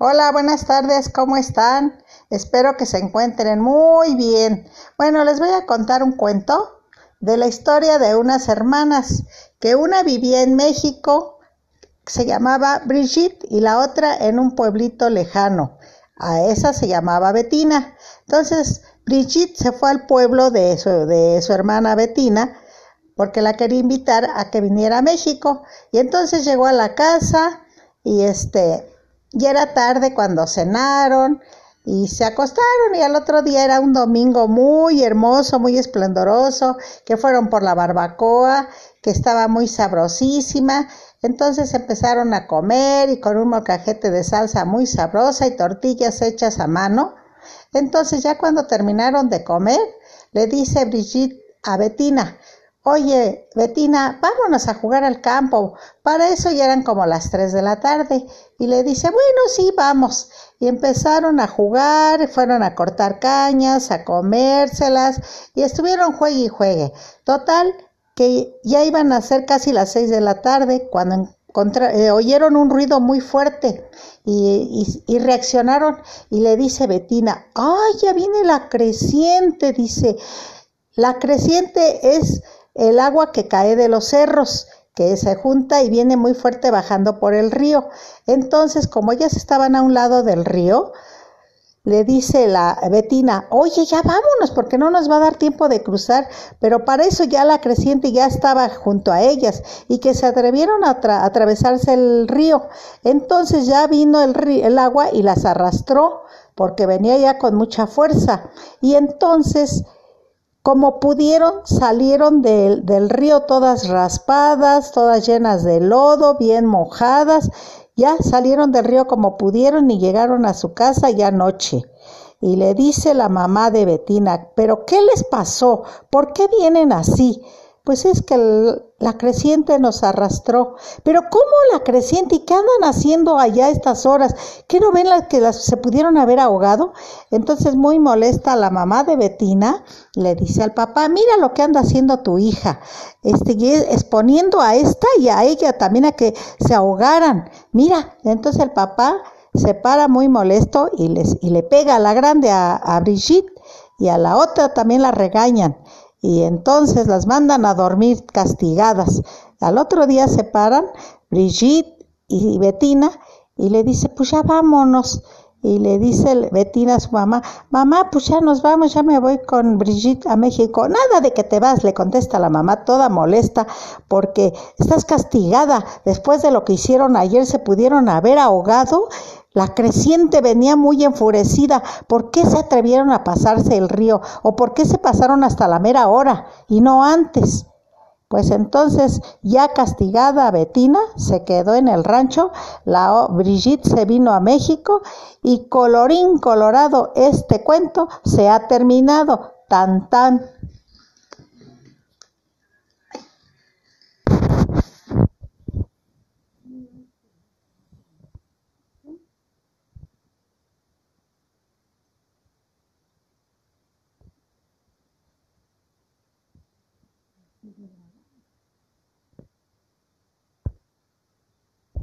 Hola, buenas tardes, ¿cómo están? Espero que se encuentren muy bien. Bueno, les voy a contar un cuento de la historia de unas hermanas, que una vivía en México, se llamaba Brigitte, y la otra en un pueblito lejano. A esa se llamaba Bettina. Entonces, Brigitte se fue al pueblo de su hermana Bettina, porque la quería invitar a que viniera a México. Y entonces llegó a la casa y ya era tarde cuando cenaron y se acostaron, y al otro día era un domingo muy hermoso, muy esplendoroso, que fueron por la barbacoa, que estaba muy sabrosísima. Entonces empezaron a comer, y con un molcajete de salsa muy sabrosa y tortillas hechas a mano. Entonces ya cuando terminaron de comer, le dice Brigitte a Bettina: oye, Bettina, vámonos a jugar al campo. Para eso ya eran como las 3 de la tarde. Y le dice: bueno, sí, vamos. Y empezaron a jugar, fueron a cortar cañas, a comérselas, y estuvieron juegue y juegue. Total, que ya iban a ser casi las 6 de la tarde cuando oyeron un ruido muy fuerte y reaccionaron, y le dice Bettina: ¡ay, ya viene la creciente! Dice: la creciente es el agua que cae de los cerros, que se junta y viene muy fuerte bajando por el río. Entonces, como ellas estaban a un lado del río, le dice la Bettina: oye, ya vámonos, porque no nos va a dar tiempo de cruzar. Pero para eso ya la creciente ya estaba junto a ellas, y que se atrevieron a atravesarse el río. Entonces ya vino el agua y las arrastró, porque venía ya con mucha fuerza. Y entonces, como pudieron, salieron del río todas raspadas, todas llenas de lodo, bien mojadas. Ya salieron del río como pudieron y llegaron a su casa ya noche. Y le dice la mamá de Bettina: ¿pero qué les pasó? ¿Por qué vienen así? Pues es que la creciente nos arrastró. ¿Pero cómo la creciente? ¿Y qué andan haciendo allá a estas horas? ¿Qué no ven se pudieron haber ahogado? Entonces, muy molesta, la mamá de Bettina le dice al papá: mira lo que anda haciendo tu hija, y exponiendo a esta y a ella también a que se ahogaran. Mira. Entonces el papá se para muy molesto y le pega a la grande, a Brigitte, y a la otra también la regañan. Y entonces las mandan a dormir castigadas. Al otro día se paran Brigitte y Bettina, y le dice: pues ya vámonos. Y le dice Bettina a su mamá: mamá, pues ya nos vamos, ya me voy con Brigitte a México. Nada de que te vas, le contesta la mamá toda molesta, porque estás castigada. Después de lo que hicieron ayer, se pudieron haber ahogado. La creciente venía muy enfurecida. ¿Por qué se atrevieron a pasarse el río? ¿O por qué se pasaron hasta la mera hora y no antes? Pues entonces, ya castigada, Bettina se quedó en el rancho, la Brigitte se vino a México, y colorín colorado, este cuento se ha terminado. Tan tan.